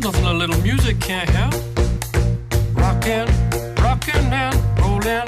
Nothing a little music can't help. Rockin', rockin' and rollin'.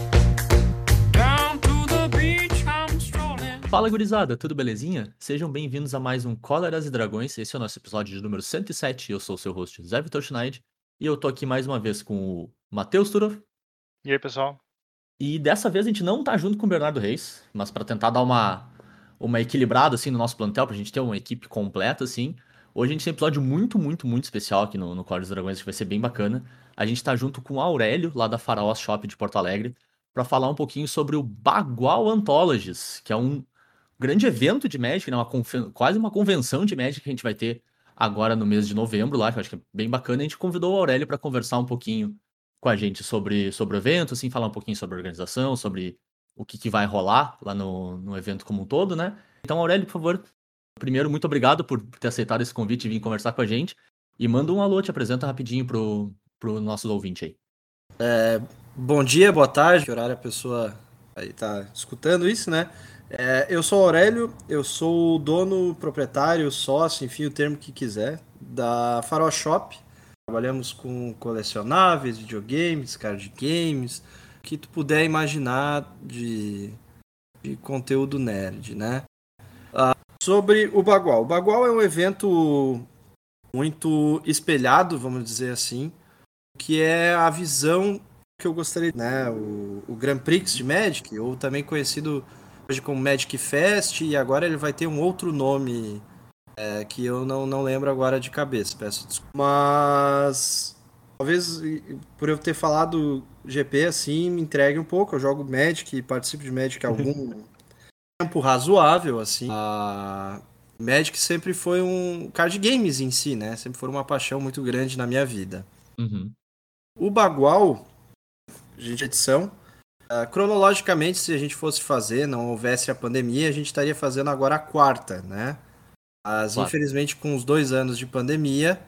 Down to the beach I'm strolling. Fala gurizada, tudo belezinha? Sejam bem-vindos a mais um Cóleras e Dragões. Esse é o nosso episódio de número 107. Eu sou o seu host, Zé Vitor Schneid. E eu tô aqui mais uma vez com o Matheus Turov. E aí, pessoal? E dessa vez a gente não tá junto com o Bernardo Reis, mas pra tentar dar uma equilibrada assim no nosso plantel, pra gente ter uma equipe completa assim. Hoje a gente tem um episódio muito especial aqui no Cóleras e Dragões, que vai ser bem bacana. A gente tá junto com o Aurélio, lá da Faraó Shop de Porto Alegre, pra falar um pouquinho sobre o Bagual Anthologies, que é um grande evento de Magic, né? Quase uma convenção de Magic que a gente vai ter agora no mês de novembro lá, que eu acho que é bem bacana. A gente convidou o Aurélio para conversar um pouquinho com a gente sobre o evento, assim, falar um pouquinho sobre a organização, sobre o que vai rolar lá no evento como um todo, né? Então, Aurélio, por favor, primeiro, muito obrigado por ter aceitado esse convite e vir conversar com a gente. E manda um alô, te apresenta rapidinho pro nosso ouvinte aí. Bom dia, boa tarde, que horário a pessoa aí tá escutando isso, né? Eu sou o Aurélio, eu sou o dono, proprietário, sócio, enfim, o termo que quiser, da Faraó Shop. Trabalhamos com colecionáveis, videogames, card games, o que tu puder imaginar de conteúdo nerd, né? Sobre o Bagual. O Bagual é um evento muito espelhado, vamos dizer assim, que é a visão que eu gostaria, né? O Grand Prix de Magic, ou também conhecido hoje como Magic Fest, e agora ele vai ter um outro nome que eu não lembro agora de cabeça, peço desculpa. Mas talvez por eu ter falado GP assim, me entregue um pouco. Eu jogo Magic, participo de Magic há algum tempo razoável, assim. Magic sempre foi um card games em si, né? Sempre foi uma paixão muito grande na minha vida. Uhum. O Bagual, gente, edição, cronologicamente, se a gente fosse fazer, não houvesse a pandemia, a gente estaria fazendo agora a quarta, né? Mas, Claro. infelizmente, com os 2 anos de pandemia,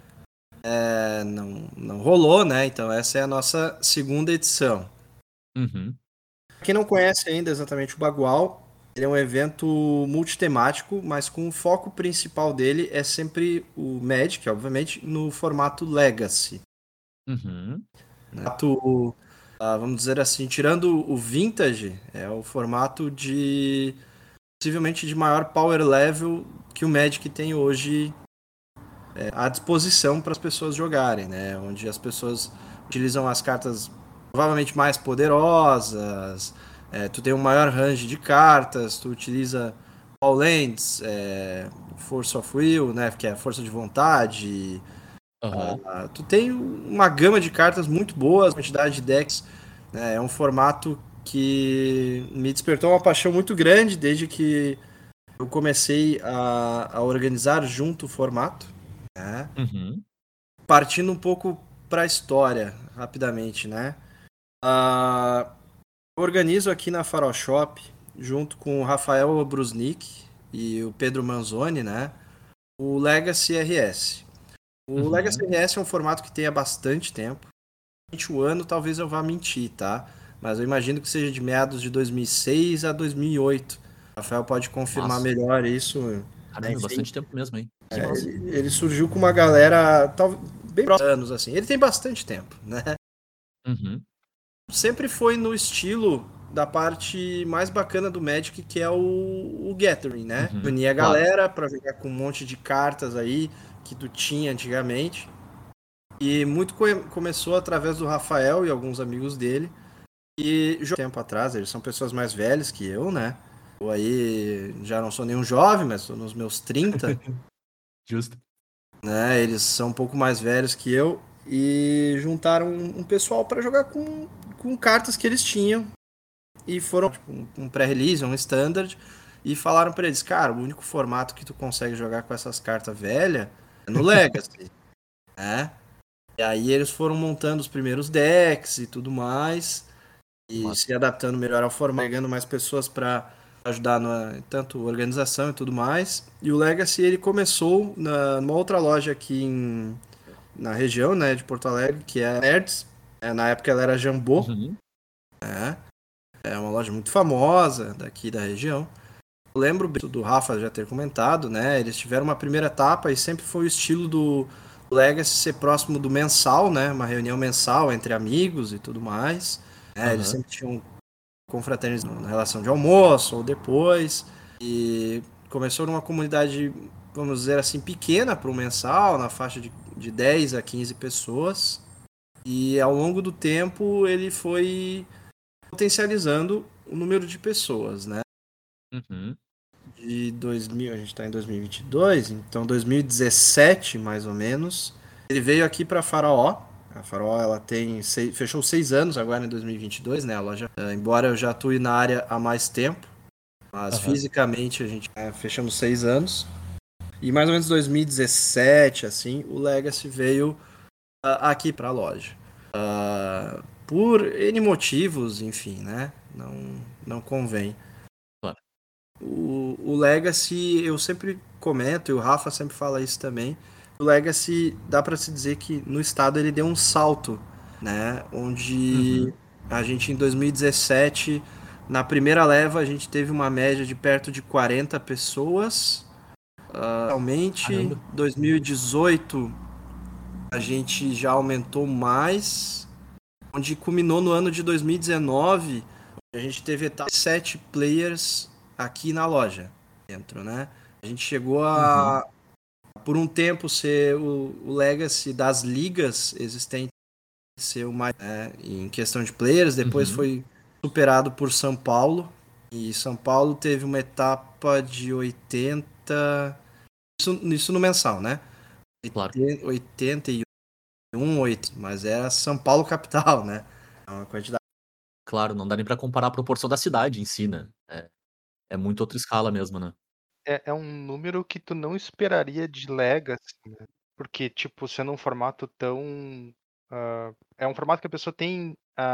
não rolou, né? Então, essa é a nossa segunda edição. Uhum. Quem não conhece ainda exatamente o Bagual, ele é um evento multitemático, mas com o foco principal dele é sempre o Magic, obviamente, no formato Legacy. Uhum. Formato, vamos dizer assim, tirando o Vintage, é o formato possivelmente de maior power level que o Magic tem hoje à disposição para as pessoas jogarem, né? Onde as pessoas utilizam as cartas provavelmente mais poderosas, tu tem um maior range de cartas, tu utiliza All Lands, Force of Will, né? Que é a força de vontade. Uhum. Tu tem uma gama de cartas muito boas, quantidade de decks, né? É um formato que me despertou uma paixão muito grande desde que eu comecei a organizar junto o formato, né? Uhum. Partindo um pouco para a história, rapidamente, né? Eu organizo aqui na Faraó Shop, junto com o Rafael Brusnik e o Pedro Manzoni, né? O Legacy RS. O Legacy RS é um formato que tem há bastante tempo. O ano talvez eu vá mentir, tá? Mas eu imagino que seja de meados de 2006 a 2008. O Rafael pode confirmar Nossa. melhor isso. Caramba, Enfim, bastante tempo mesmo, hein? Que massa. ele surgiu com uma galera bem próxima anos, assim. Ele tem bastante tempo, né? Uhum. Sempre foi no estilo da parte mais bacana do Magic, que é o Gathering, né? Uhum. Unir a Claro. galera pra jogar com um monte de cartas aí que tu tinha antigamente. E muito começou através do Rafael e alguns amigos dele. E tempo atrás, eles são pessoas mais velhas que eu, né? Eu aí já não sou nenhum jovem, mas estou nos meus 30. Justo. Né? Eles são um pouco mais velhos que eu. E juntaram um pessoal para jogar com cartas que eles tinham. E foram tipo, um pré-release, um standard. E falaram para eles, cara, o único formato que tu consegue jogar com essas cartas velhas é no Legacy. Né? E aí eles foram montando os primeiros decks e tudo mais. E Nossa. se adaptando melhor ao formato, pegando mais pessoas para ajudar tanto organização e tudo mais. E o Legacy ele começou numa outra loja aqui na região, né, de Porto Alegre, que é a Nerds. Na época ela era Jambô. Uhum. É uma loja muito famosa daqui da região. Eu lembro do Rafa já ter comentado, né? Eles tiveram uma primeira etapa e sempre foi o estilo do o Legacy ser próximo do mensal, né? Uma reunião mensal entre amigos e tudo mais. Eles sempre tinham confraternização na relação de almoço ou depois. E começou numa comunidade, vamos dizer assim, pequena para o mensal, na faixa de 10 a 15 pessoas. E ao longo do tempo ele foi potencializando o número de pessoas, né? De 2000, a gente está em 2022, então 2017 mais ou menos, ele veio aqui para Faraó. A Faraó ela fechou 6 anos agora em 2022, né? A loja, embora eu já atue na área há mais tempo, mas fisicamente a gente fechamos 6 anos. E mais ou menos 2017, assim, o Legacy veio aqui para a loja. Por N motivos, enfim, né? Não convém. Claro. O Legacy, eu sempre comento, e o Rafa sempre fala isso também, o Legacy, dá para se dizer que no estado ele deu um salto, né? Onde a gente em 2017, na primeira leva, a gente teve uma média de perto de 40 pessoas. Realmente, em 2018, a gente já aumentou mais, onde culminou no ano de 2019, a gente teve 7 players aqui na loja, dentro, né? A gente chegou a, por um tempo, ser o Legacy das ligas existentes, ser o mais, em questão de players, depois foi superado por São Paulo, e São Paulo teve uma etapa de 80, isso no mensal, né? Claro. 81, 8, mas era São Paulo capital, né? É uma quantidade. Claro, não dá nem pra comparar a proporção da cidade em si, né? É muito outra escala mesmo, né? É um número que tu não esperaria de Legacy, né? Porque, tipo, sendo um formato tão... é um formato que a pessoa tem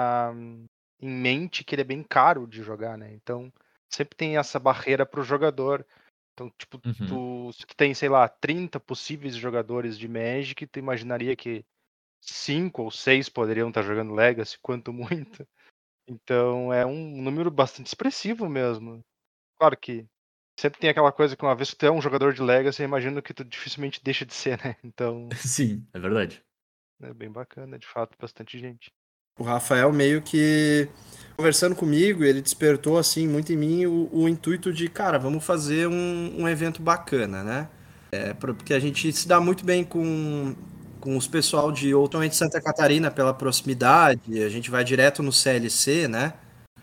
em mente que ele é bem caro de jogar, né? Então, sempre tem essa barreira pro jogador. Então, tipo, se tu tem, sei lá, 30 possíveis jogadores de Magic, tu imaginaria que 5 ou 6 poderiam estar jogando Legacy, quanto muito. Então, é um número bastante expressivo mesmo. Claro que sempre tem aquela coisa que uma vez que tu é um jogador de Legacy, eu imagino que tu dificilmente deixa de ser, né? Então, Sim, é verdade. é bem bacana, de fato, bastante gente. O Rafael meio que, conversando comigo, ele despertou assim muito em mim o intuito de, cara, vamos fazer um evento bacana, né? Porque a gente se dá muito bem com os pessoal de outramente Santa Catarina pela proximidade, a gente vai direto no CLC, né?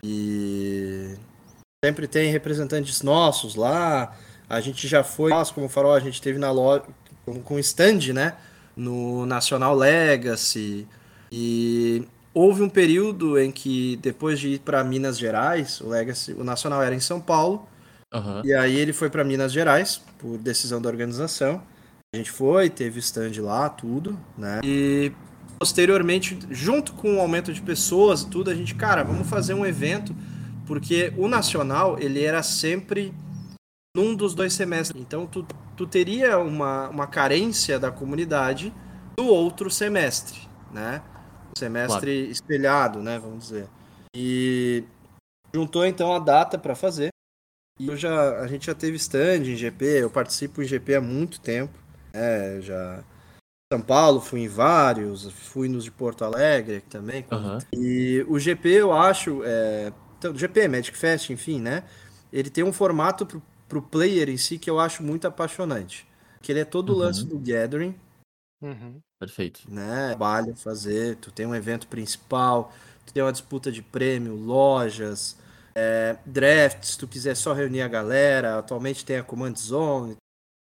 E sempre tem representantes nossos lá. A gente já foi, nós como Farol, a gente teve na loja com stand, né? No Nacional Legacy. E houve um período em que, depois de ir para Minas Gerais, o Nacional era em São Paulo, e aí ele foi para Minas Gerais, por decisão da organização. A gente foi, teve stand lá, tudo, né? E posteriormente, junto com o aumento de pessoas, tudo, a gente, cara, vamos fazer um evento, porque o Nacional, ele era sempre num dos 2 semestres. Então, tu teria uma carência da comunidade no outro semestre, né? Semestre espelhado, né, vamos dizer. E juntou então a data para fazer. E a gente já teve stand em GP, eu participo em GP há muito tempo. Já São Paulo, fui em vários, fui nos de Porto Alegre também. E o GP, eu acho, então, GP, Magic Fest, enfim, né? Ele tem um formato pro player em si que eu acho muito apaixonante. Que ele é todo o lance do Gathering. Perfeito. Né? Trabalho fazer, tu tem um evento principal, tu tem uma disputa de prêmio, lojas, drafts, se tu quiser só reunir a galera, atualmente tem a Command Zone.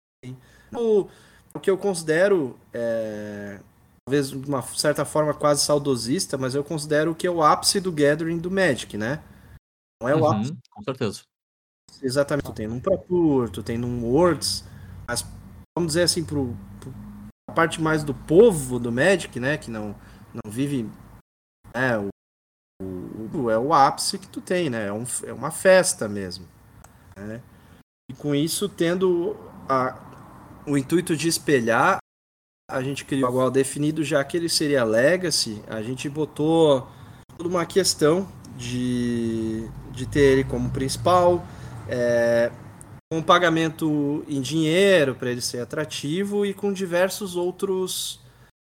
O que eu considero, talvez de uma certa forma quase saudosista, mas eu considero que é o ápice do Gathering do Magic, né? Não é o ápice. Com certeza. Exatamente, tu tem num Pro Tour, tu tem num Worlds, mas vamos dizer assim, a parte mais do povo do Magic, né, que não vive, é o ápice que tu tem, né, é uma festa mesmo, né? E com isso, tendo o intuito de espelhar, a gente criou igual definido, já que ele seria Legacy, a gente botou toda uma questão de ter ele como principal, com pagamento em dinheiro para ele ser atrativo e com diversos outros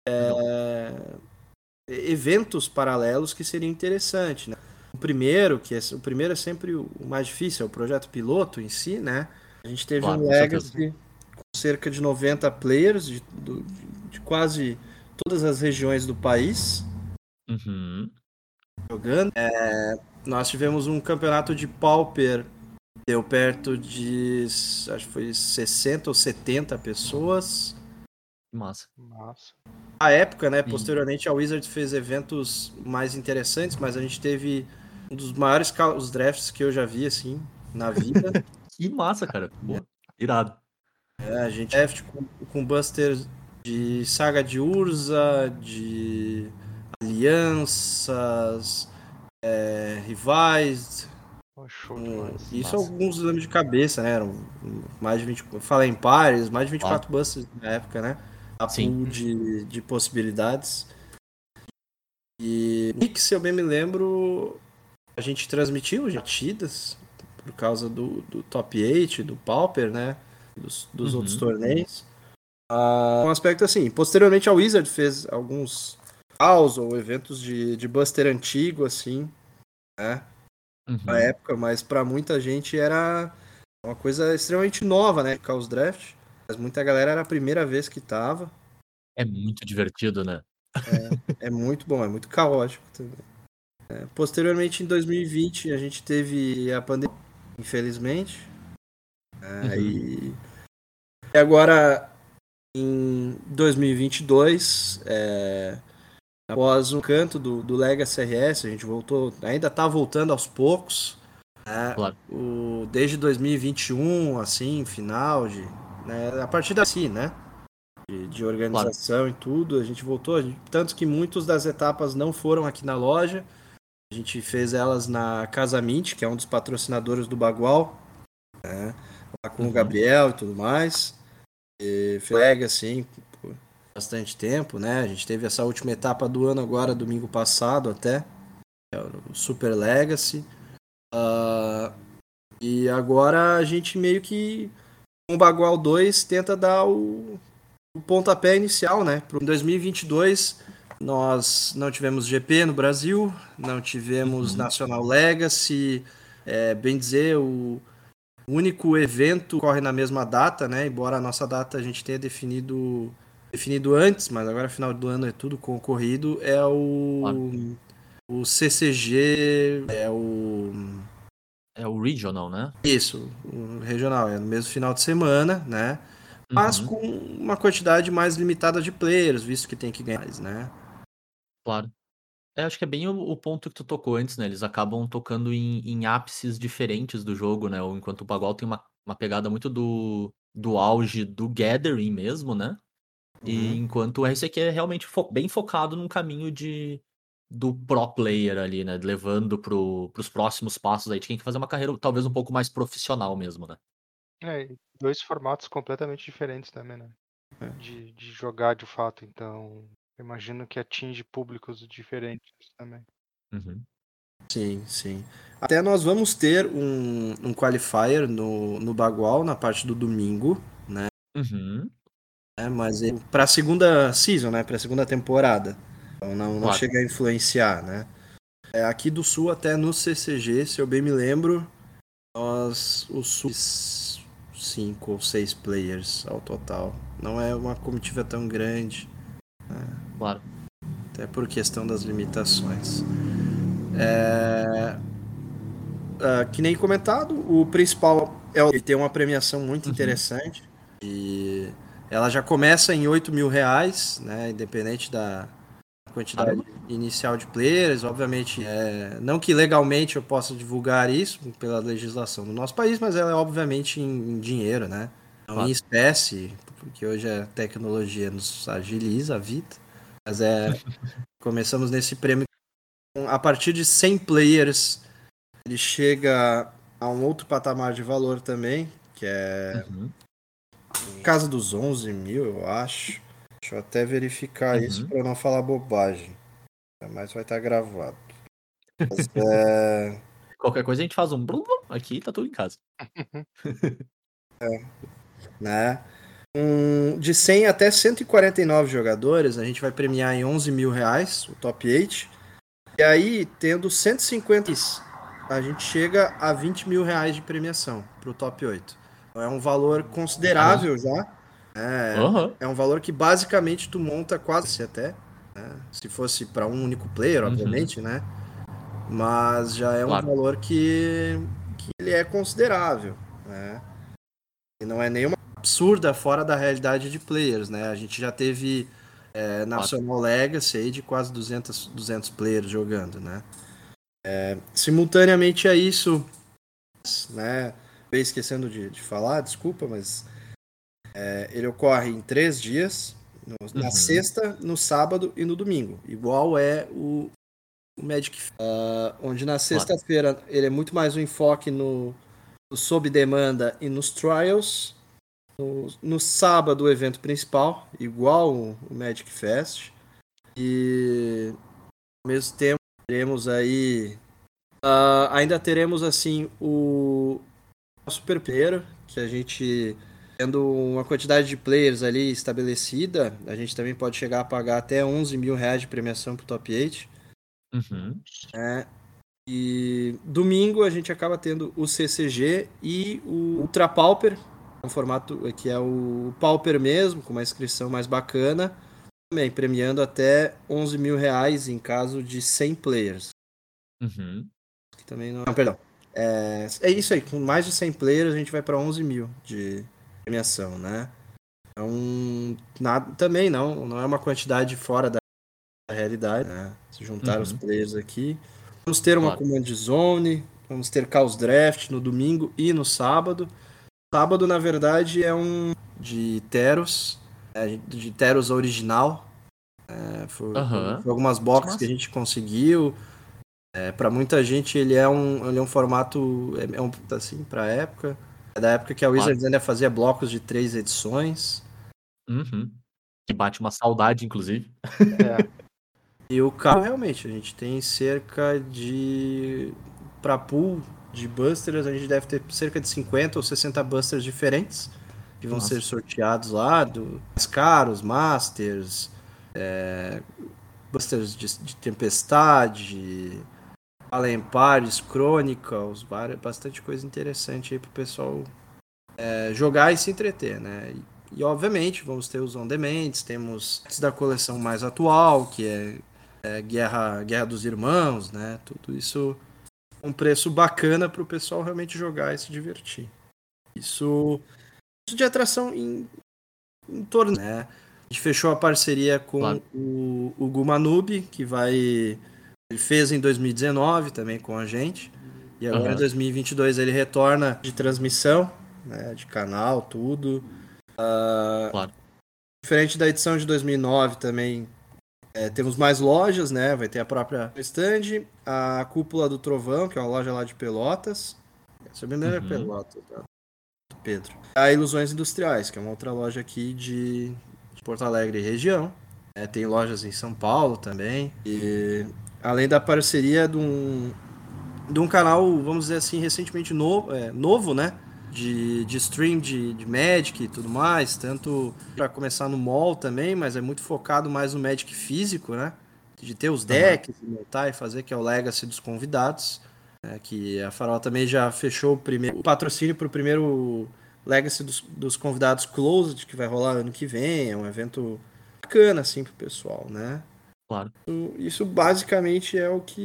Legal. eventos paralelos que seriam interessantes, né? O primeiro é sempre o mais difícil, é o projeto piloto em si, né? A gente teve Claro, um com certeza. Legacy com cerca de 90 players de quase todas as regiões do país Uhum. jogando. Nós tivemos um campeonato de Pauper, deu perto de, acho que foi 60 ou 70 pessoas. Que massa. Massa. Na época, né? E- Posteriormente, a Wizard fez eventos mais interessantes, mas a gente teve um dos maiores os drafts que eu já vi, assim, na vida. Que massa, cara. Pô, irado. A gente draft com Buster de Saga de Urza, de alianças, rivais. Pô, show demais. Isso Massa. alguns eu lembro de cabeça, né? Eram mais de 20. Fala em pares, mais de 24 Claro. Busters na época, né? A Sim. pool de possibilidades. E que, se eu bem me lembro, a gente transmitiu partidas por causa do Top 8, do Pauper, né? Dos outros Uhum. torneios. Um aspecto assim, posteriormente a Wizard fez alguns caos ou eventos de Buster antigo, assim, né? Na Uhum. época, mas pra muita gente era uma coisa extremamente nova, né? Caos Draft. Mas muita galera era a primeira vez que tava. É muito divertido, né? É muito bom, é muito caótico também. Posteriormente, em 2020, a gente teve a pandemia, infelizmente. Uhum. E agora, em 2022, após um canto do Legacy RS, a gente voltou, ainda tá voltando aos poucos. Claro. Desde 2021, assim, final né, a partir daqui, né? De Claro. organização e tudo, a gente voltou. Tanto que muitas das etapas não foram aqui na loja. A gente fez elas na Casa Mint, que é um dos patrocinadores do Bagual, lá com o Uhum. Gabriel e tudo mais. E foi assim, por bastante tempo, né? A gente teve essa última etapa do ano agora, domingo passado até, o Super Legacy. E agora a gente meio que, com o Bagual 2, tenta dar o pontapé inicial, né? Em 2022, nós não tivemos GP no Brasil, não tivemos Uhum. National Legacy, bem dizer, o único evento corre na mesma data, né? Embora a nossa data a gente tenha definido antes, mas agora final do ano é tudo concorrido, Claro. o CCG, É o regional, né? isso, o regional, é no mesmo final de semana, né? Mas Uhum. com uma quantidade mais limitada de players, visto que tem que ganhar mais, né? Claro. Acho que é bem o ponto que tu tocou antes, né? Eles acabam tocando em ápices diferentes do jogo, né? Ou enquanto o Bagual tem uma pegada muito do auge do Gathering mesmo, né? E Uhum. enquanto o RCQ é realmente bem focado num caminho do pro player ali, né? Levando pros próximos passos aí de quem quer fazer uma carreira talvez um pouco mais profissional mesmo, né? E 2 formatos completamente diferentes também, né? De jogar de fato, então imagino que atinge públicos diferentes também. Uhum. Sim, sim. Até nós vamos ter um qualifier no Bagual na parte do domingo, Uhum. né? Mas para a segunda season, né? Para a segunda temporada. Então não Claro. chega a influenciar, né? Aqui do Sul, até no CCG, se eu bem me lembro, o Sul 5 ou 6 players ao total. Não é uma comitiva tão grande, Claro. até por questão das limitações. Que nem comentado, o principal ele tem uma premiação muito Uhum. interessante e ela já começa em R$ 8.000, né? Independente da quantidade Caramba. inicial de players, obviamente, não que legalmente eu possa divulgar isso pela legislação do nosso país, mas ela é obviamente em dinheiro, né? Não em Claro. espécie, porque hoje a tecnologia nos agiliza a vida. Mas começamos nesse prêmio a partir de 100 players, ele chega a um outro patamar de valor também, que é Uhum. casa dos 11 mil, eu acho. Deixa eu até verificar isso Uhum. para não falar bobagem. Mas vai estar gravado. Mas, Qualquer coisa a gente faz um blum, blum aqui e tá tudo em casa. né? De 100 até 149 jogadores, a gente vai premiar em 11 mil reais, o top 8. E aí, tendo 150, a gente chega a 20 mil reais de premiação para o top 8. Então, é um valor considerável já. Aham. É um valor que basicamente tu monta quase até, né? Se fosse para um único player, Uhum. obviamente, né? Mas já é um Claro. valor que ele é considerável, né? E não é nenhuma absurda fora da realidade de players, né? A gente já teve Claro. National Legacy aí de quase 200 players jogando, né? Simultaneamente a isso, né? Acabei esquecendo de falar, desculpa, mas ele ocorre em 3 dias, na Uhum. sexta, no sábado e no domingo. Igual é o Magic, onde na Claro. sexta-feira ele é muito mais um enfoque no sob demanda e nos trials. No sábado, o evento principal, igual o Magic Fest. E ao mesmo tempo, teremos aí. Ainda teremos assim o Super Player, que a gente, tendo uma quantidade de players ali estabelecida, a gente também pode chegar a pagar até 11 mil reais de premiação pro top 8. Uhum. E domingo a gente acaba tendo o CCG e o Ultra Pauper, um formato que é o Pauper mesmo, com uma inscrição mais bacana, também premiando até 11 mil reais em caso de 100 players. Uhum. Que também não, perdão. É isso aí, com mais de 100 players a gente vai para 11 mil de premiação, né? Então, também não é uma quantidade fora da realidade, né? Se juntar os Uhum. players aqui. Vamos ter uma Claro. Command Zone, vamos ter Chaos Draft no domingo e no sábado. Sábado, na verdade, é um de Teros, de Teros original. Foi Aham. algumas Que boxes que a massa. gente conseguiu. Para muita gente ele é um formato, assim, para época. É da época que a Claro. Wizards ainda fazia blocos de 3 edições. Uhum. Que bate uma saudade, inclusive. É. E o carro, realmente, a gente tem cerca de. Para pool de busters, a gente deve ter cerca de 50 ou 60 busters diferentes que vão ser Nossa. sorteados lá, mais caros, masters, busters de tempestade, Alenpares, Chronicles, bastante coisa interessante aí pro pessoal jogar e se entreter, né? E obviamente vamos ter os on-demands, temos da coleção mais atual, que é Guerra dos Irmãos, né? Tudo isso um preço bacana para o pessoal realmente jogar e se divertir. Isso de atração em torno, né? A gente fechou a parceria com Claro. o Gumanube, que ele fez em 2019 também com a gente. E agora em Aham. 2022 ele retorna de transmissão, né, de canal, tudo. Claro. Diferente da edição de 2009 também, temos mais lojas, né? Vai ter a própria stand, a Cúpula do Trovão, que é uma loja lá de Pelotas. Se eu me engano é Uhum. Pelotas, tá? Pedro. A Ilusões Industriais, que é uma outra loja aqui de Porto Alegre e região. Tem lojas em São Paulo também. E além da parceria de um canal, vamos dizer assim, recentemente novo, né? De stream de Magic e tudo mais, tanto para começar no mall também, mas é muito focado mais no Magic físico, né? De ter os Aham. decks, montar e fazer, que é o Legacy dos convidados. Que a Farol também já fechou o patrocínio para o primeiro Legacy dos convidados Closed, que vai rolar ano que vem. É um evento bacana, assim, pro pessoal, né? Claro. Isso basicamente é o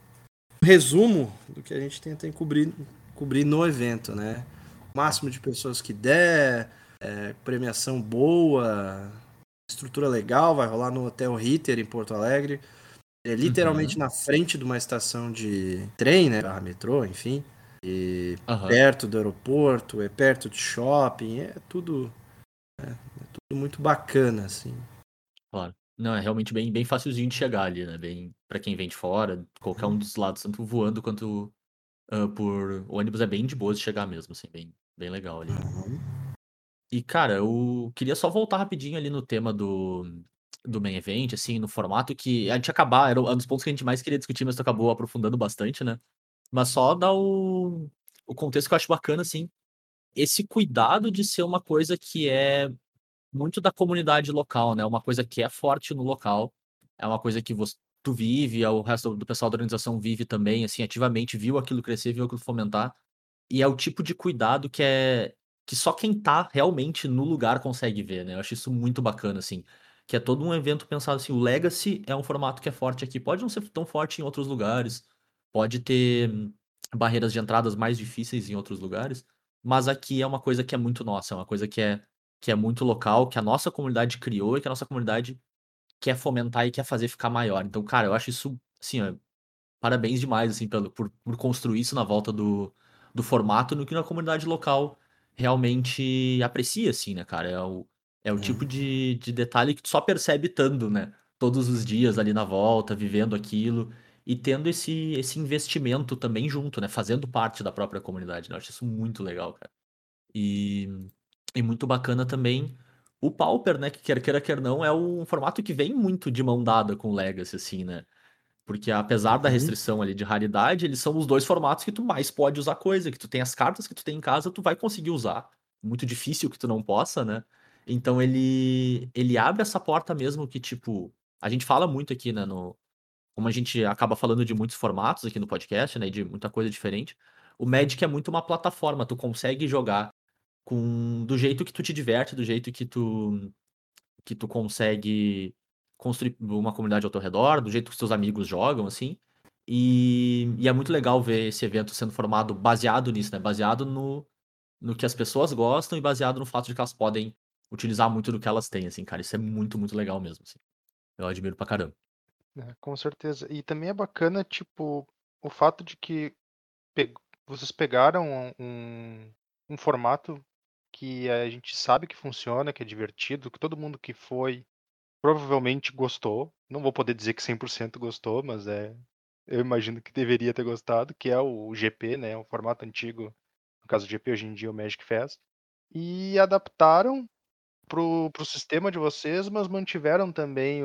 resumo do que a gente tenta cobrir no evento, né? O máximo de pessoas que der, premiação boa, estrutura legal, vai rolar no Hotel Ritter em Porto Alegre. É literalmente Uhum. na frente de uma estação de trem, né? Metrô, enfim. E Aham. perto do aeroporto, é perto de shopping, é tudo muito bacana, assim. Claro. Não, é realmente bem facilzinho de chegar ali, né? Bem, pra quem vem de fora, qualquer um dos lados, tanto voando quanto por ônibus, é bem de boa de chegar mesmo, assim, bem legal ali. E, cara, eu queria só voltar rapidinho ali no tema do main event, assim, no formato que a gente era um dos pontos que a gente mais queria discutir, mas tu acabou aprofundando bastante, né? Mas só dar o contexto que eu acho bacana, assim, esse cuidado de ser uma coisa que é muito da comunidade local, né? Uma coisa que é forte no local, é uma coisa que tu vive, o resto do pessoal da organização vive também, assim, ativamente, viu aquilo crescer, viu aquilo fomentar. E é o tipo de cuidado que só quem tá realmente no lugar consegue ver, né? Eu acho isso muito bacana, assim. Que é todo um evento pensado assim, o Legacy é um formato que é forte aqui. Pode não ser tão forte em outros lugares, pode ter barreiras de entradas mais difíceis em outros lugares, mas aqui é uma coisa que é muito nossa, é uma coisa que é muito local, que a nossa comunidade criou e que a nossa comunidade quer fomentar e quer fazer ficar maior. Então, cara, eu acho isso, assim, ó, parabéns demais, assim, por construir isso na volta do formato no que a comunidade local realmente aprecia, assim, né, cara? É o tipo de detalhe que tu só percebe estando, né? Todos os dias ali na volta, vivendo aquilo e tendo esse investimento também junto, né? Fazendo parte da própria comunidade, né? Eu acho isso muito legal, cara. E, e muito bacana também o Pauper, né? Que quer queira, quer não, é um formato que vem muito de mão dada com o Legacy, assim, né? Porque apesar da Uhum. restrição ali de raridade, eles são os dois formatos que tu mais pode usar coisa, que tu tem as cartas que tu tem em casa, tu vai conseguir usar. Muito difícil que tu não possa, né? Então ele abre essa porta mesmo que, tipo, a gente fala muito aqui, né, como a gente acaba falando de muitos formatos aqui no podcast, né, e de muita coisa diferente, o Magic é muito uma plataforma, tu consegue jogar do jeito que tu te diverte, do jeito que tu consegue construir uma comunidade ao teu redor, do jeito que os teus amigos jogam, assim. E é muito legal ver esse evento sendo formado baseado nisso, né? Baseado no que as pessoas gostam e baseado no fato de que elas podem utilizar muito do que elas têm, assim, cara. Isso é muito, muito legal mesmo, assim. Eu admiro pra caramba. Com certeza. E também é bacana, tipo, o fato de que pe- vocês pegaram um formato que a gente sabe que funciona, que é divertido, que todo mundo que foi provavelmente gostou. Não vou poder dizer que 100% gostou, mas eu imagino que deveria ter gostado, que é o GP, né? O formato antigo, no caso do GP, hoje em dia o Magic Fest. E adaptaram pro sistema de vocês, mas mantiveram também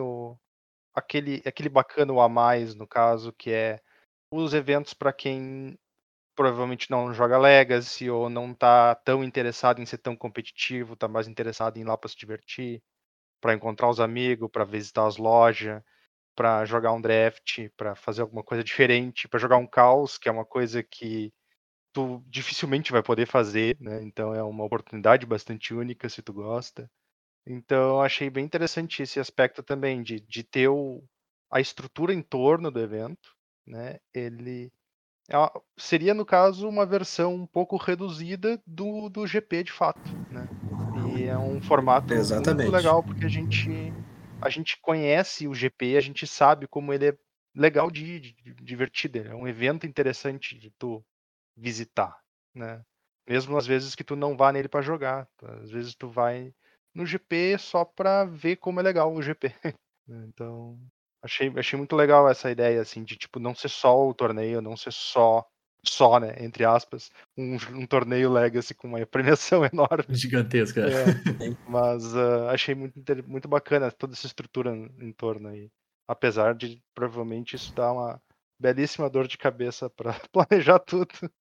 aquele bacana o a mais, no caso, que é os eventos para quem provavelmente não joga Legacy ou não tá tão interessado em ser tão competitivo, tá mais interessado em ir lá para se divertir, para encontrar os amigos, para visitar as lojas, para jogar um draft, para fazer alguma coisa diferente, para jogar um caos, que é uma coisa que tu dificilmente vai poder fazer, né? Então é uma oportunidade bastante única se tu gosta. Então, eu achei bem interessante esse aspecto também de ter a estrutura em torno do evento, né? Ele seria, no caso, uma versão um pouco reduzida do GP de fato, né? E é um formato muito Exatamente. legal porque a gente conhece o GP, a gente sabe como ele é legal de divertido, é um evento interessante de tu visitar, né? Mesmo às vezes que tu não vá nele para jogar, às vezes tu vai no GP só para ver como é legal o GP. Então, achei muito legal essa ideia assim de tipo não ser só o torneio, não ser só, né, entre aspas, um torneio Legacy com uma premiação enorme. Gigantesca. Mas achei muito bacana toda essa estrutura em torno aí. Apesar de provavelmente isso dar uma belíssima dor de cabeça para planejar tudo.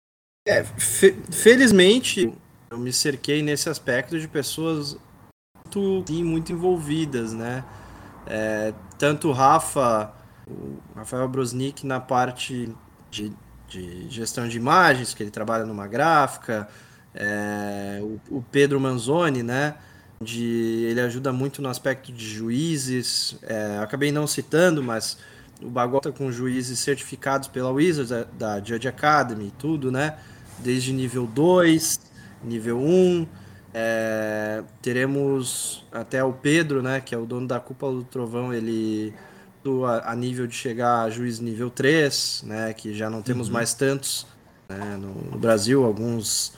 Felizmente, eu me cerquei nesse aspecto de pessoas muito envolvidas, né? Tanto o Rafael Brosnik na parte de gestão de imagens, que ele trabalha numa gráfica, o Pedro Manzoni, né? Ele ajuda muito no aspecto de juízes. Acabei não citando, mas o Bagol tá com juízes certificados pela Wizards, da Judge Academy e tudo, né? Desde nível 2, nível 1. Teremos até o Pedro, né, que é o dono da Cúpula do Trovão, ele a nível de chegar a juiz nível 3, né, que já não temos mais tantos, né, no Brasil, alguns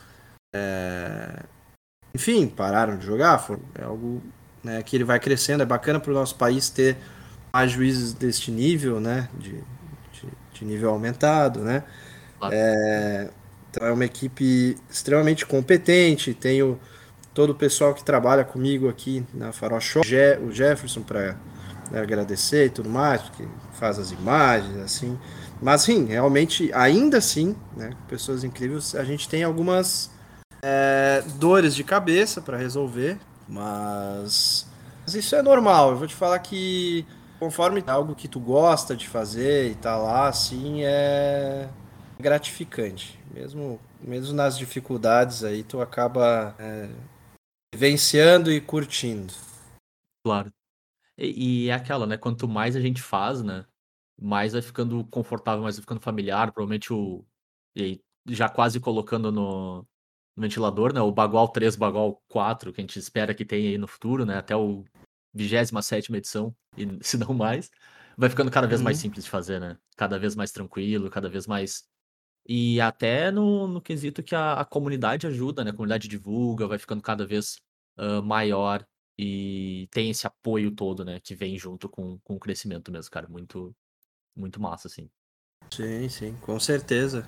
enfim, pararam de jogar, é algo, né, que ele vai crescendo, é bacana para o nosso país ter mais juízes deste nível, né, de nível aumentado, né. Claro. Então é uma equipe extremamente competente, tenho todo o pessoal que trabalha comigo aqui na Farol Shop, o Jefferson para agradecer e tudo mais, porque faz as imagens, assim. Mas sim, realmente, ainda assim, né, pessoas incríveis, a gente tem algumas dores de cabeça para resolver, Mas isso é normal. Eu vou te falar que conforme é algo que tu gosta de fazer e tá lá, assim, é gratificante. Mesmo nas dificuldades aí, tu acaba vivenciando e curtindo. Claro. E é aquela, né? Quanto mais a gente faz, né? Mais vai ficando confortável, mais vai ficando familiar. Provavelmente e aí, já quase colocando no ventilador, né? O Bagual 3, Bagual 4, que a gente espera que tenha aí no futuro, né? Até o 27ª edição, e se não mais. Vai ficando cada vez mais Uhum. simples de fazer, né? Cada vez mais tranquilo, cada vez mais. E até no quesito que a comunidade ajuda, né? A comunidade divulga, vai ficando cada vez maior e tem esse apoio todo, né? Que vem junto com o crescimento mesmo, cara. Muito, muito massa, assim. Sim, sim, com certeza.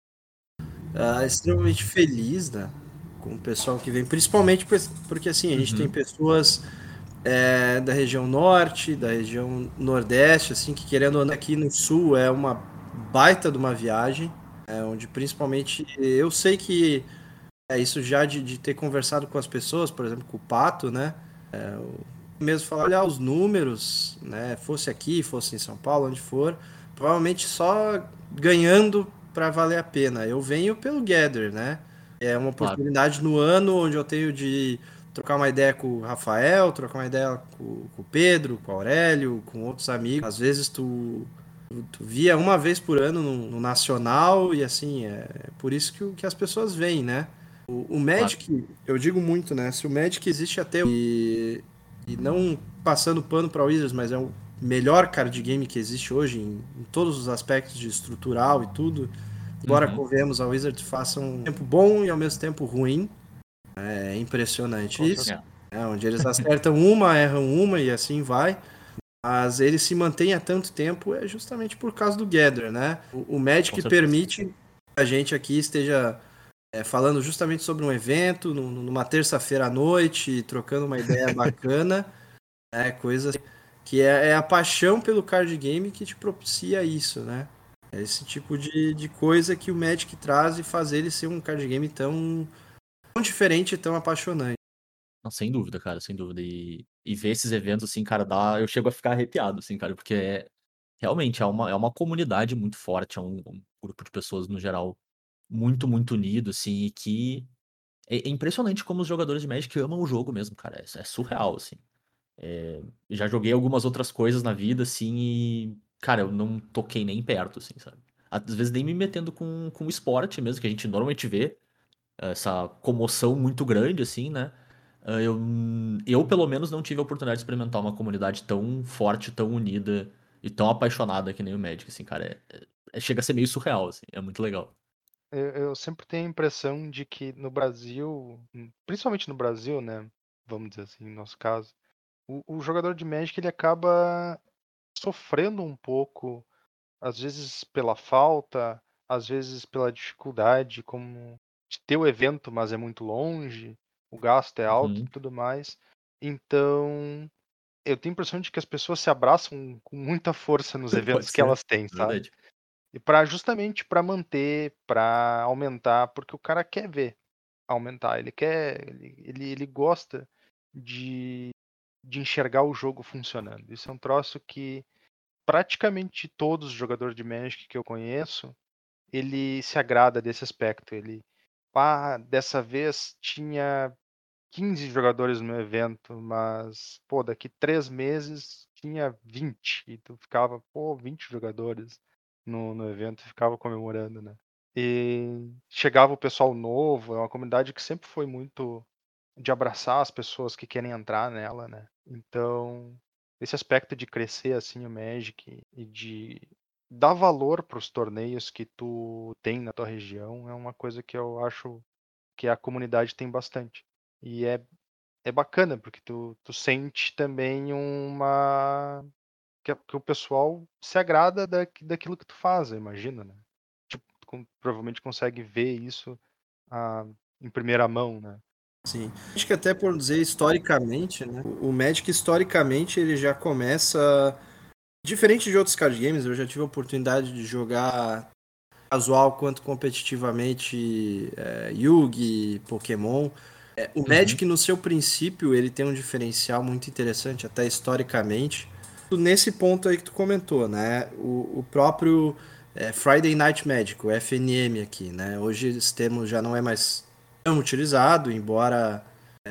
Extremamente feliz, né, com o pessoal que vem, principalmente porque assim, a gente tem Uhum, pessoas da região norte, da região nordeste, assim, que querendo ou não, aqui no sul é uma baita de uma viagem, onde principalmente eu sei que é isso já de ter conversado com as pessoas, por exemplo, com o Pato, né? Mesmo falar, olhar os números, né? Fosse aqui, fosse em São Paulo, onde for, provavelmente só ganhando para valer a pena. Eu venho pelo Gather, né? É uma claro. oportunidade no ano onde eu tenho de trocar uma ideia com o Rafael, trocar uma ideia com o Pedro, com o Aurélio, com outros amigos. Às vezes tu via uma vez por ano no Nacional e assim, é por isso que as pessoas vêm, né? O Claro. Magic, eu digo muito, né? Se o Magic existe até e não passando pano para o Wizards, mas é o melhor card game que existe hoje em todos os aspectos de estrutural e tudo. Embora Uhum, convenhamos, a Wizards faça um tempo bom e ao mesmo tempo ruim. É impressionante Com isso. certeza. é. Onde eles acertam uma, erram uma e assim vai. Mas ele se mantém há tanto tempo é justamente por causa do Gather, né? O Com Magic certeza. permite que a gente aqui esteja falando justamente sobre um evento, numa terça-feira à noite, trocando uma ideia bacana, coisa que é a paixão pelo card game que te propicia isso, né? É esse tipo de coisa que o Magic traz e faz ele ser um card game tão diferente e tão apaixonante. Não, sem dúvida, cara, sem dúvida. E ver esses eventos, assim, cara, eu chego a ficar arrepiado, assim, cara, porque realmente é uma comunidade muito forte, é um grupo de pessoas, no geral, muito, muito unido, assim, e que é impressionante como os jogadores de Magic amam o jogo mesmo, cara. É surreal, assim. Já joguei algumas outras coisas na vida, assim, e, cara, eu não toquei nem perto, assim, sabe? Às vezes nem me metendo com o esporte mesmo, que a gente normalmente vê essa comoção muito grande, assim, né? Eu, pelo menos, não tive a oportunidade de experimentar uma comunidade tão forte, tão unida e tão apaixonada que nem o Magic, assim, cara. Chega a ser meio surreal, assim, é muito legal. Eu sempre tenho a impressão de que no Brasil, principalmente no Brasil, né? Vamos dizer assim, no nosso caso, o jogador de Magic ele acaba sofrendo um pouco, às vezes pela falta, às vezes pela dificuldade, como de ter o evento, mas é muito longe, o gasto é alto e Uhum. tudo mais. Então, eu tenho a impressão de que as pessoas se abraçam com muita força nos Pode eventos que ser, elas têm, é sabe? verdade. E para justamente para manter, para aumentar, porque o cara quer ver aumentar, ele gosta de, de enxergar o jogo funcionando. Isso é um troço que praticamente todos os jogadores de Magic que eu conheço, ele se agrada desse aspecto. Dessa vez tinha 15 jogadores no evento, mas, pô, daqui 3 meses tinha 20. E tu ficava, pô, 20 jogadores no evento e ficava comemorando, né? E chegava o pessoal novo, é uma comunidade que sempre foi muito de abraçar as pessoas que querem entrar nela, né? Então, esse aspecto de crescer assim o Magic e de dar valor para os torneios que tu tem na tua região é uma coisa que eu acho que a comunidade tem bastante. E é bacana, porque tu sente também que o pessoal se agrada daquilo que tu faz, eu imagino, né? Tipo, tu provavelmente consegue ver isso ah, em primeira mão, né? Sim. Acho que até por dizer historicamente, né? O Magic historicamente ele já começa diferente de outros card games. Eu já tive a oportunidade de jogar casual quanto competitivamente Yu-Gi, Pokémon. O Magic, no seu princípio, ele tem um diferencial muito interessante, até historicamente. Nesse ponto aí que tu comentou, né? O próprio Friday Night Magic, o FNM aqui, né? Hoje esse termo já não é mais tão utilizado, embora...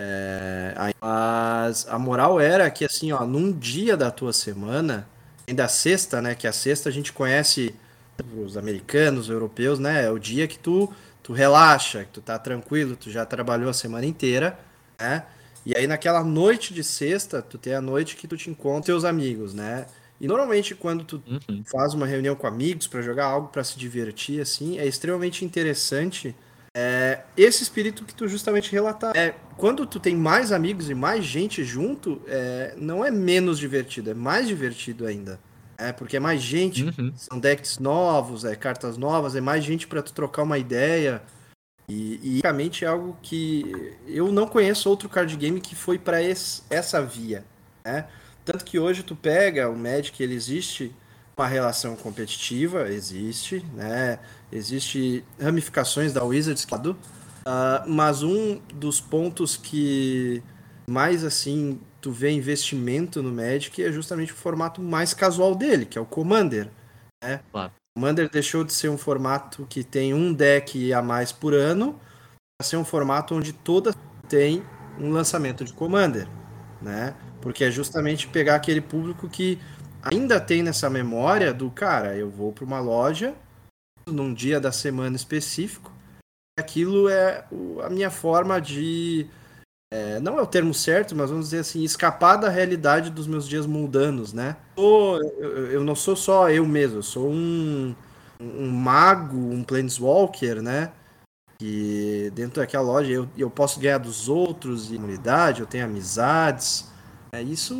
Mas a moral era que, assim, ó, num dia da tua semana, ainda a sexta, né? Que a sexta a gente conhece os americanos, os europeus, né? É o dia que tu relaxa, que tu tá tranquilo, tu já trabalhou a semana inteira, né? E aí naquela noite de sexta, tu tem a noite que tu te encontra com teus amigos, né? E normalmente quando tu Uhum. faz uma reunião com amigos para jogar algo para se divertir, assim, é extremamente interessante esse espírito que tu justamente relatar. Quando tu tem mais amigos e mais gente junto, não é menos divertido, é mais divertido ainda. Porque é mais gente, Uhum. são decks novos, cartas novas, é mais gente para tu trocar uma ideia. E basicamente é algo que eu não conheço outro card game que foi para essa via, né? Tanto que hoje tu pega o Magic, ele existe uma relação competitiva, existe, né? Existe ramificações da Wizards, mas um dos pontos que mais assim tu vê investimento no Magic é justamente o formato mais casual dele, que é o Commander. Claro. O Commander deixou de ser um formato que tem um deck a mais por ano para ser um formato onde toda tem um lançamento de Commander, né? Porque é justamente pegar aquele público que ainda tem nessa memória do cara, eu vou para uma loja num dia da semana específico, aquilo é a minha forma de não é o termo certo, mas vamos dizer assim, escapar da realidade dos meus dias mundanos, né? Eu não sou só eu mesmo, eu sou um mago, um planeswalker, né? Que dentro daquela loja eu posso ganhar dos outros e comunidade, eu tenho amizades. Isso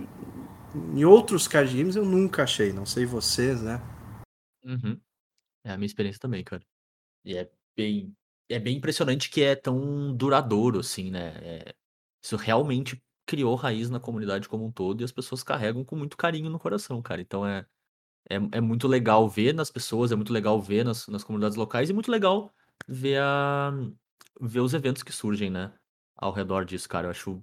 em outros card games eu nunca achei, não sei vocês, né? Uhum. É a minha experiência também, cara. E bem, é bem impressionante que é tão duradouro, assim, né? Isso realmente criou raiz na comunidade como um todo e as pessoas carregam com muito carinho no coração, cara. Então é muito legal ver nas pessoas, é muito legal ver nas comunidades locais e muito legal ver, ver os eventos que surgem, né? Ao redor disso, cara. Eu acho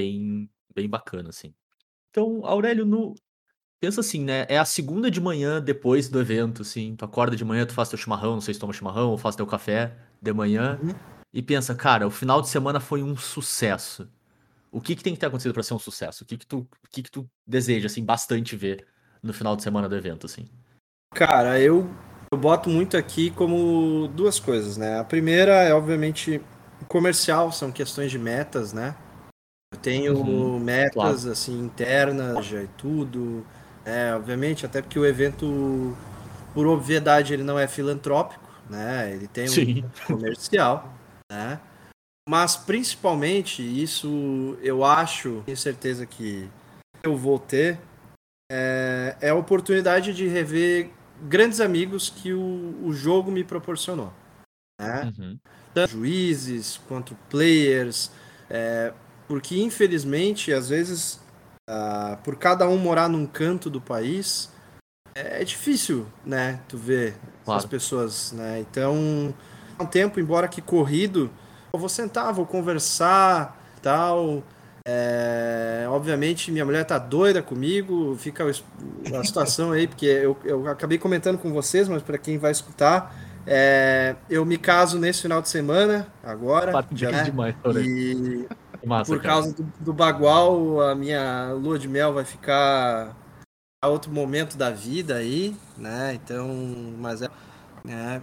bem bacana, assim. Então, Aurélio, pensa assim, né? É a segunda de manhã depois do evento, assim. Tu acorda de manhã, tu faz teu chimarrão, não sei se toma chimarrão, ou faz teu café de manhã. E pensa, cara, o final de semana foi um sucesso. O que tem que ter acontecido pra ser um sucesso? O que tu deseja, assim, bastante ver no final de semana do evento, assim? Cara, eu boto muito aqui como duas coisas, né? A primeira é, obviamente, comercial, são questões de metas, né? Eu Uhum, tenho claro. metas, assim, internas já e tudo. Obviamente, até porque o evento, por obviedade, ele não é filantrópico, né? Ele tem um Sim. comercial, né? Mas, principalmente, isso eu acho, tenho certeza que eu vou ter, é a oportunidade de rever grandes amigos que o jogo me proporcionou, né? Uhum, Tanto juízes quanto players, porque infelizmente às vezes por cada um morar num canto do país é difícil, né? Tu ver essas claro. pessoas, né? Então é um tempo, embora que corrido, eu vou sentar, vou conversar, tal. Obviamente minha mulher tá doida comigo, fica a situação aí, porque eu acabei comentando com vocês, mas para quem vai escutar, eu me caso nesse final de semana, agora, Parabéns né? demais, Aurélio. E Que massa, por cara. causa do Bagual, a minha lua de mel vai ficar a outro momento da vida aí, né? Então, mas né?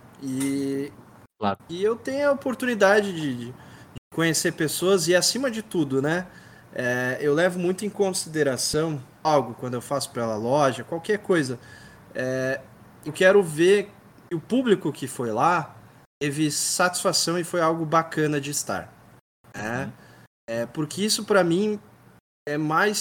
Claro. E eu tenho a oportunidade de conhecer pessoas e, acima de tudo, né? Eu levo muito em consideração algo quando eu faço para a loja, qualquer coisa. Eu quero ver que o público que foi lá teve satisfação e foi algo bacana de estar, né? Uhum, Porque isso para mim é mais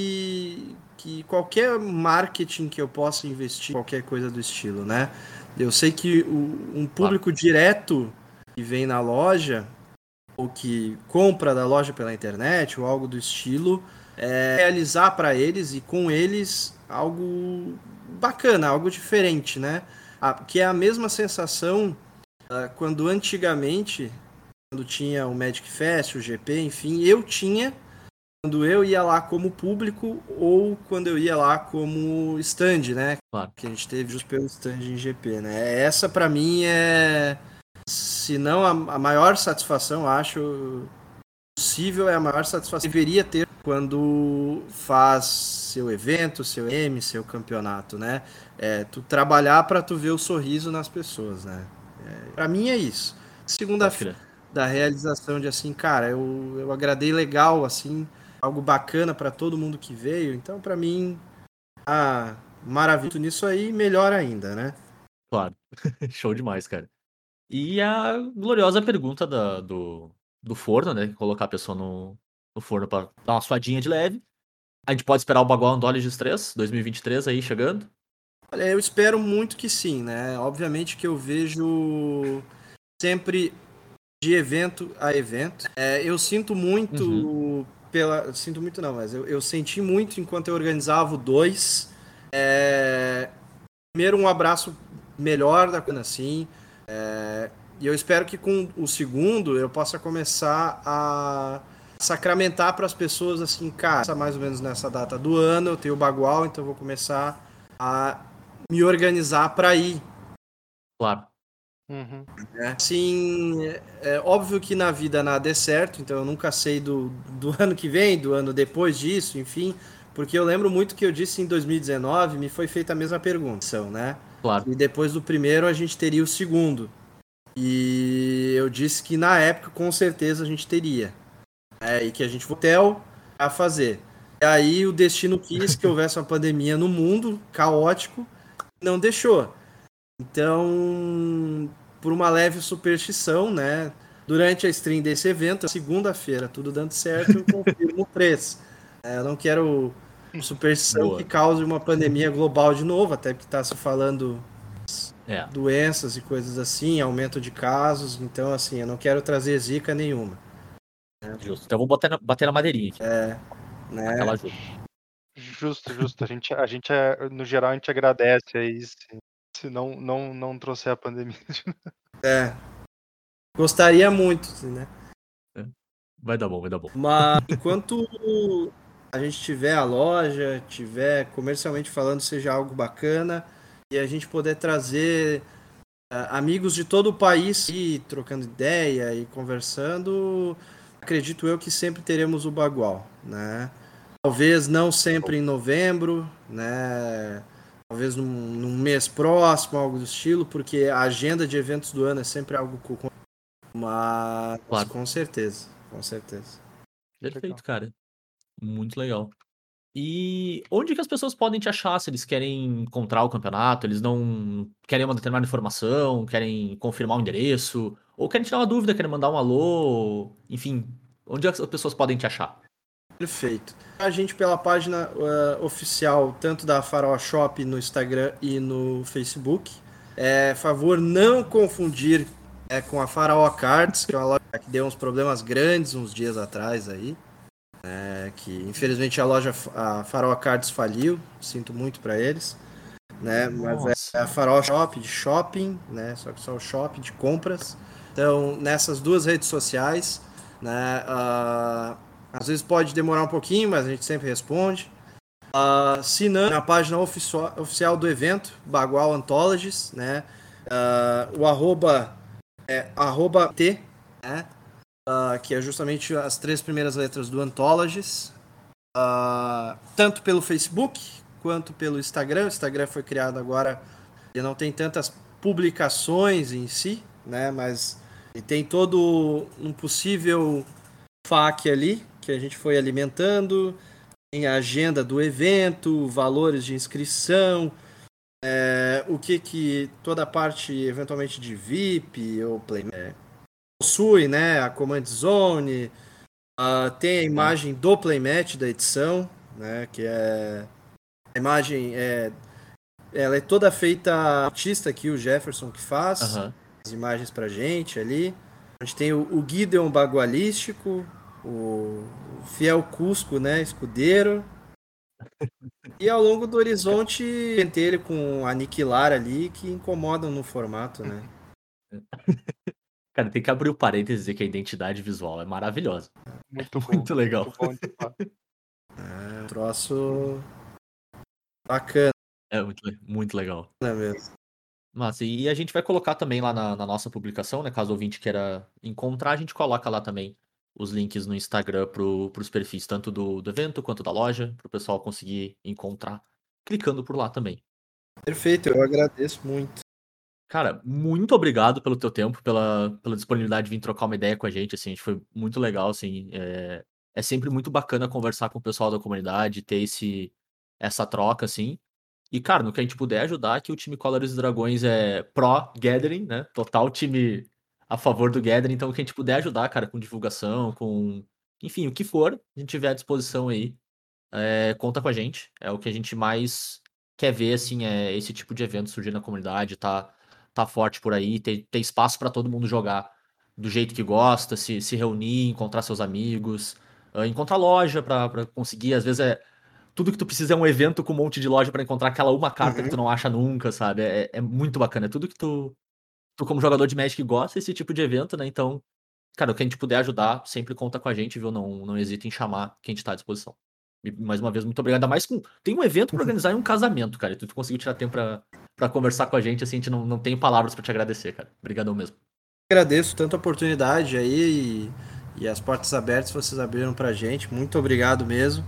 que qualquer marketing que eu possa investir, qualquer coisa do estilo, né? Eu sei que um claro. público direto que vem na loja ou que compra da loja pela internet ou algo do estilo, realizar para eles e com eles algo bacana, algo diferente, né? Que é a mesma sensação quando antigamente quando tinha o Magic Fest, o GP, enfim, eu tinha quando eu ia lá como público ou quando eu ia lá como stand, né? Claro. Que a gente teve justo pelo stand em GP, né? Essa pra mim é, se não a maior satisfação, acho possível, é a maior satisfação que deveria ter quando faz seu evento, seu seu campeonato, né? Tu trabalhar para tu ver o sorriso nas pessoas, né? Para mim é isso. Segunda-feira da realização de assim, cara, eu agradei legal, assim, algo bacana para todo mundo que veio. Então, para mim, maravilha nisso aí, melhor ainda, né? Claro. Show demais, cara. E a gloriosa pergunta do forno, né? Colocar a pessoa no forno pra dar uma suadinha de leve. A gente pode esperar o Bagual Anthologies 3, 2023 aí chegando? Olha, eu espero muito que sim, né? Obviamente que eu vejo sempre de evento a evento. Eu sinto muito sinto muito não, mas eu senti muito enquanto eu organizava o 2. Primeiro, um abraço melhor da coisa assim. E eu espero que com o segundo eu possa começar a sacramentar para as pessoas assim, cara, mais ou menos nessa data do ano eu tenho o Bagual, então eu vou começar a me organizar para ir. Claro. Uhum. Assim, óbvio que na vida nada é certo, então eu nunca sei do ano que vem, do ano depois disso, enfim, porque eu lembro muito que eu disse em 2019, me foi feita a mesma pergunta, né? Claro. E depois do primeiro a gente teria o segundo. E eu disse que na época com certeza a gente teria. E que a gente foi hotel a fazer. E aí o destino quis que houvesse uma pandemia no mundo, caótico, não deixou. Então, por uma leve superstição, né? Durante a stream desse evento, segunda-feira, tudo dando certo, eu confirmo o preço. Eu não quero superstição Boa. que cause uma pandemia global de novo, até porque está se falando doenças e coisas assim, aumento de casos. Então, assim, eu não quero trazer zica nenhuma. Justo. Então vamos bater na madeirinha aqui. Né? Aquela ajuda. Justo. A gente no geral, a gente agradece aí se não trouxer a pandemia. Gostaria muito, né? Vai dar bom. Mas enquanto a gente tiver a loja, tiver comercialmente falando, seja algo bacana, e a gente poder trazer amigos de todo o país e trocando ideia e conversando, acredito eu que sempre teremos o Bagual, né? Talvez não sempre em novembro, né? Talvez num mês próximo, algo do estilo, porque a agenda de eventos do ano é sempre algo mas Claro. com certeza. Perfeito, Legal. cara. Muito legal. E onde que as pessoas podem te achar se eles querem encontrar o campeonato, eles não querem uma determinada informação, querem confirmar o endereço, ou querem tirar uma dúvida, querem mandar um alô, enfim, onde as pessoas podem te achar? Perfeito. A gente pela página oficial, tanto da Farol Shop no Instagram e no Facebook. Favor não confundir com a Farol Cards, que é uma loja que deu uns problemas grandes uns dias atrás aí. Que infelizmente a Farol Cards faliu, sinto muito para eles. Né? Mas é a Farol Shop de shopping, né? Só que só o shopping de compras. Então, nessas duas redes sociais, né? Às vezes pode demorar um pouquinho, mas a gente sempre responde. Se não, na página oficial do evento, Bagual Anthologies, né? O arroba é @t, né? Que é justamente as 3 primeiras letras do Anthologies. Tanto pelo Facebook quanto pelo Instagram. O Instagram foi criado agora, ele não tem tantas publicações em si, né? Mas ele tem todo um possível FAQ ali, que a gente foi alimentando, em agenda do evento, valores de inscrição, o que toda a parte eventualmente de VIP ou Play possui, né? A Command Zone, tem a imagem do playmat da edição, né? Que é a imagem ela é toda feita artista aqui, o Jefferson que faz as imagens pra gente ali. A gente tem o Gideon Bagualístico, o Fiel Cusco, né, escudeiro. E ao longo do horizonte, pentelho com aniquilar ali que incomodam no formato, né? Cara, tem que abrir o parênteses e dizer que a identidade visual é maravilhosa. Muito bom. Muito legal. Muito bom de falar. É um troço bacana É muito legal. mesmo. Massa, e a gente vai colocar também lá na nossa publicação, né? Caso o ouvinte queira encontrar, a gente coloca lá também os links no Instagram pros perfis, tanto do evento quanto da loja, pro pessoal conseguir encontrar, clicando por lá também. Perfeito, eu agradeço muito. Cara, muito obrigado pelo teu tempo, pela disponibilidade de vir trocar uma ideia com a gente, assim, foi muito legal, assim, é sempre muito bacana conversar com o pessoal da comunidade, ter essa troca, assim. E, cara, no que a gente puder ajudar, que o time Colors e Dragões é pró-Gathering, né? Total time a favor do Gathering. Então, o que a gente puder ajudar, cara, com divulgação, com... Enfim, o que for, a gente tiver à disposição aí, conta com a gente. É o que a gente mais quer ver, assim, é esse tipo de evento surgir na comunidade, tá forte por aí, ter espaço pra todo mundo jogar do jeito que gosta, se reunir, encontrar seus amigos, encontrar loja pra conseguir, às vezes tudo que tu precisa é um evento com um monte de loja pra encontrar aquela uma carta que tu não acha nunca, sabe? É muito bacana. É tudo que tu como jogador de Magic, gosta desse tipo de evento, né? Então, cara, o que a gente puder ajudar, sempre conta com a gente, viu? Não hesita em chamar que a gente tá à disposição. E, mais uma vez, muito obrigado. Ainda mais tem um evento pra organizar e um casamento, cara. E tu conseguiu tirar tempo pra conversar com a gente, assim, a gente não tem palavras pra te agradecer, cara. Obrigadão mesmo. Agradeço tanta oportunidade aí e as portas abertas vocês abriram pra gente. Muito obrigado mesmo.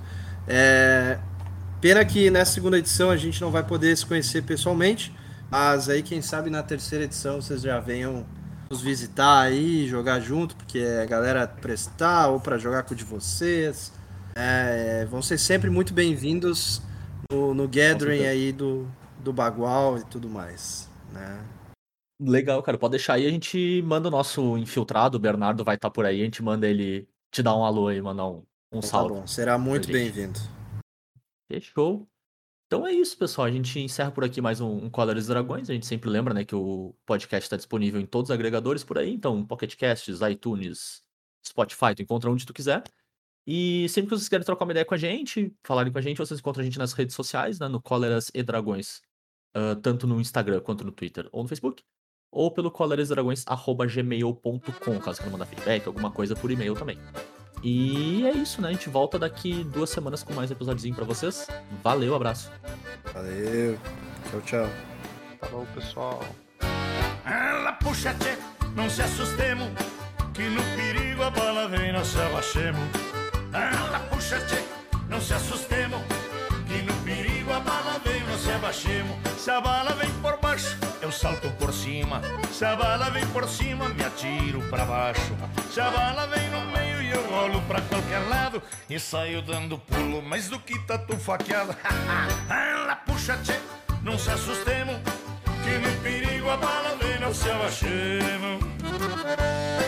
Pena que nessa segunda edição a gente não vai poder se conhecer pessoalmente, mas aí quem sabe na terceira edição vocês já venham nos visitar aí, jogar junto, porque a galera prestar ou para jogar com o de vocês. Vão ser sempre muito bem-vindos no gathering aí do Bagual e tudo mais, né? Legal, cara. Pode deixar aí, a gente manda o nosso infiltrado, o Bernardo vai estar por aí, a gente manda ele te dar um alô aí, mandar um salve. Tá bom, será muito bem-vindo. Fechou. Então é isso, pessoal. A gente encerra por aqui mais um Colors e Dragões. A gente sempre lembra, né, que o podcast está disponível em todos os agregadores por aí. Então, Pocket Casts, iTunes, Spotify, tu encontra onde tu quiser. E sempre que vocês querem trocar uma ideia com a gente, falarem com a gente, vocês encontram a gente nas redes sociais, né, no Cóleras e Dragões, tanto no Instagram quanto no Twitter ou no Facebook, ou pelo colerasdragões@gmail.com, caso queiram mandar feedback, alguma coisa por e-mail também. E é isso, né? A gente volta daqui 2 semanas com mais episódiozinho pra vocês. Valeu, abraço. Valeu. Tchau, tchau. Falou, pessoal. Ela puxa, tchê, não se assustemos, que no perigo a bala vem, nós se abaixemos. Ela puxa, tchê, não se assustemos, que no perigo a bala vem, nós se abaixemos. Se a bala vem por baixo, eu salto por cima. Se a bala vem por cima, me atiro pra baixo. Se a bala vem no meio e eu rolo pra qualquer lado e saio dando pulo, mais do que tatu faqueado. Ela puxa, tchê, não se assustemos, que no perigo a bala vem, não se abaixemos.